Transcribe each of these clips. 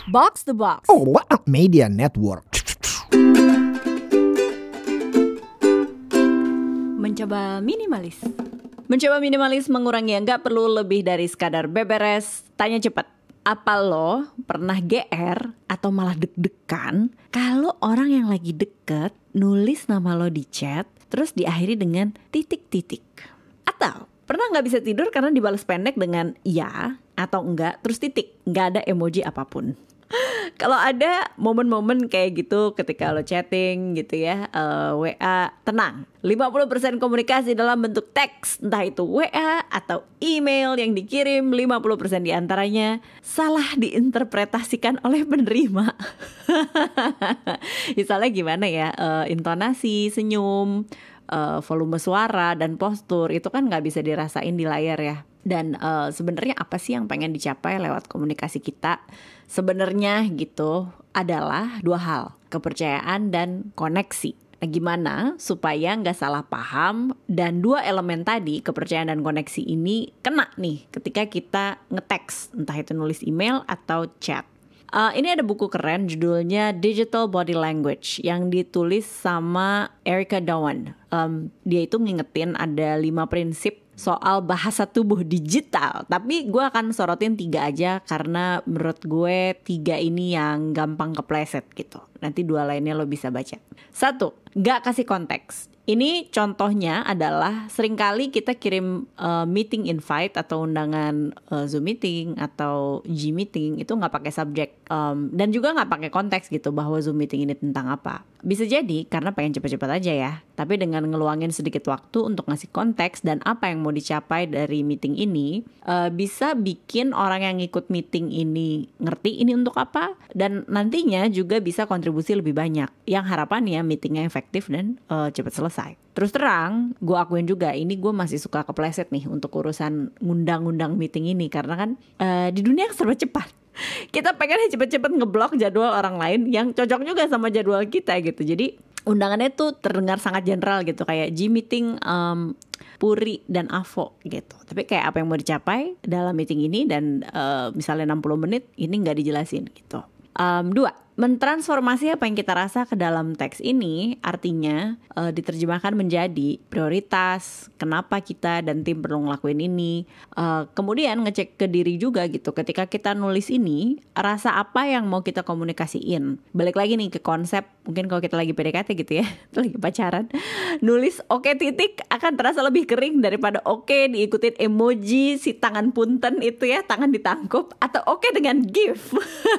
Box the Box. Oh, what media network. Mencoba minimalis. Mencoba minimalis mengurangi yang gak perlu lebih dari sekadar beberes. Tanya cepat. Apa lo pernah GR atau malah deg-degan kalau orang yang lagi deket nulis nama lo di chat terus diakhiri dengan titik-titik? Atau pernah gak bisa tidur karena dibalas pendek dengan ya atau enggak terus titik, gak ada emoji apapun? Kalau ada momen-momen kayak gitu ketika lo chatting gitu ya, WA, tenang, 50% komunikasi dalam bentuk teks, entah itu WA atau email yang dikirim, 50% diantaranya salah diinterpretasikan oleh penerima. Misalnya gimana ya, intonasi, senyum, volume suara dan postur itu kan nggak bisa dirasain di layar ya. Dan sebenarnya apa sih yang pengen dicapai lewat komunikasi kita? Sebenarnya gitu adalah dua hal, kepercayaan dan koneksi. Nah, gimana supaya nggak salah paham dan dua elemen tadi, kepercayaan dan koneksi ini kena nih ketika kita ngeteks, entah itu nulis email atau chat. Ini ada buku keren judulnya Digital Body Language yang ditulis sama Erica Dhawan. Dia itu ngingetin ada 5 prinsip soal bahasa tubuh digital. Tapi gue akan sorotin 3 aja karena menurut gue 3 ini yang gampang kepleset gitu. Nanti 2 lainnya lo bisa baca. 1, gak kasih konteks. Ini contohnya adalah seringkali kita kirim meeting invite atau undangan Zoom meeting atau G meeting itu nggak pakai subjek dan juga nggak pakai konteks gitu bahwa Zoom meeting ini tentang apa. Bisa jadi karena pengen cepet-cepet aja ya. Tapi dengan ngeluangin sedikit waktu untuk ngasih konteks dan apa yang mau dicapai dari meeting ini bisa bikin orang yang ikut meeting ini ngerti ini untuk apa dan nantinya juga bisa kontribusi lebih banyak. Yang harapannya meetingnya efektif dan cepat selesai. Terus terang, gue akuin juga ini gue masih suka kepleset nih untuk urusan ngundang-ngundang meeting ini karena kan di dunia yang serba cepat. Kita pengen cepet-cepet ngeblok jadwal orang lain yang cocok juga sama jadwal kita gitu. Jadi undangannya tuh terdengar sangat general gitu kayak G meeting Puri dan Avo gitu. Tapi kayak apa yang mau dicapai dalam meeting ini dan misalnya 60 menit ini nggak dijelasin gitu. 2, mentransformasi apa yang kita rasa ke dalam teks ini artinya diterjemahkan menjadi prioritas, kenapa kita dan tim perlu ngelakuin ini. Kemudian ngecek ke diri juga gitu, ketika kita nulis ini rasa apa yang mau kita komunikasiin. Balik lagi nih ke konsep, mungkin kalau kita lagi PDKT gitu ya, lagi pacaran, nulis oke titik akan terasa lebih kering daripada oke diikutin emoji si tangan punten itu ya, tangan ditangkup, atau oke dengan gif.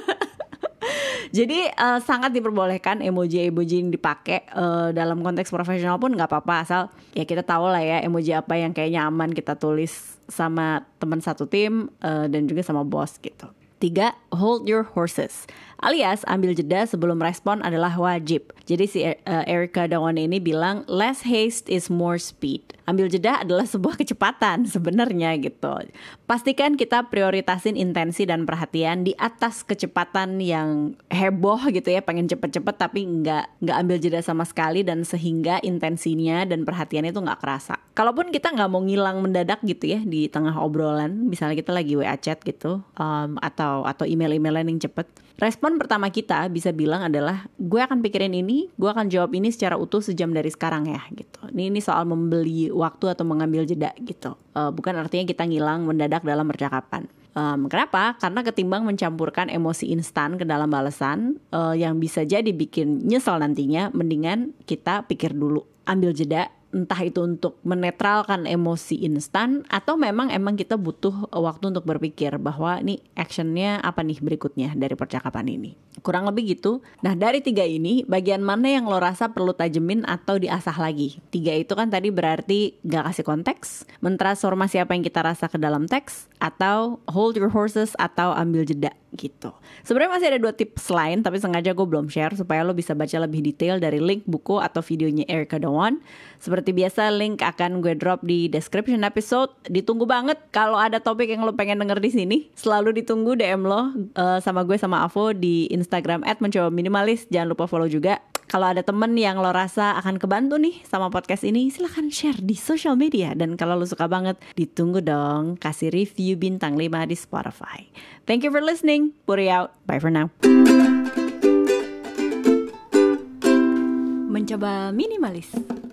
Jadi sangat diperbolehkan emoji-emoji yang dipakai dalam konteks profesional pun nggak apa-apa, asal ya kita tahu lah ya emoji apa yang kayaknya aman kita tulis sama teman satu tim dan juga sama bos gitu. 3, hold your horses, alias ambil jeda sebelum respon adalah wajib. Jadi si Erica Dhawan ini bilang less haste is more speed. Ambil jeda adalah sebuah kecepatan sebenarnya gitu. Pastikan kita prioritasin intensi dan perhatian di atas kecepatan yang heboh gitu ya, pengen cepet-cepet tapi nggak ambil jeda sama sekali dan sehingga intensinya dan perhatiannya itu nggak kerasa. Kalaupun kita nggak mau ngilang mendadak gitu ya di tengah obrolan, misalnya kita lagi WA chat gitu atau email-emailan yang cepet, respon pertama kita bisa bilang adalah gue akan pikirin ini, gue akan jawab ini secara utuh sejam dari sekarang ya gitu. Ini soal membeli waktu atau mengambil jeda gitu. Bukan artinya kita ngilang mendadak dalam percakapan. Kenapa? Karena ketimbang mencampurkan emosi instan ke dalam balasan yang bisa jadi bikin nyesel nantinya, mendingan kita pikir dulu, ambil jeda. Entah itu untuk menetralkan emosi instan atau emang kita butuh waktu untuk berpikir bahwa nih actionnya apa nih berikutnya dari percakapan ini. Kurang lebih gitu. Nah dari 3 ini bagian mana yang lo rasa perlu tajemin atau diasah lagi? 3 itu kan tadi berarti gak kasih konteks, mentransformasi apa yang kita rasa ke dalam teks, atau hold your horses atau ambil jeda gitu. Sebenarnya masih ada 2 tips lain tapi sengaja gue belum share supaya lo bisa baca lebih detail dari link buku atau videonya Erica Dhawan. Seperti biasa link akan gue drop di description episode. Ditunggu banget kalau ada topik yang lo pengen denger di sini. Selalu ditunggu DM lo sama gue sama Avo di Instagram @mencobaminimalis. Jangan lupa follow juga. Kalau ada temen yang lo rasa akan kebantu nih sama podcast ini, silahkan share di social media. Dan kalau lo suka banget, ditunggu dong kasih review bintang 5 di Spotify. Thank you for listening. Puri out. Bye for now. Mencoba minimalis.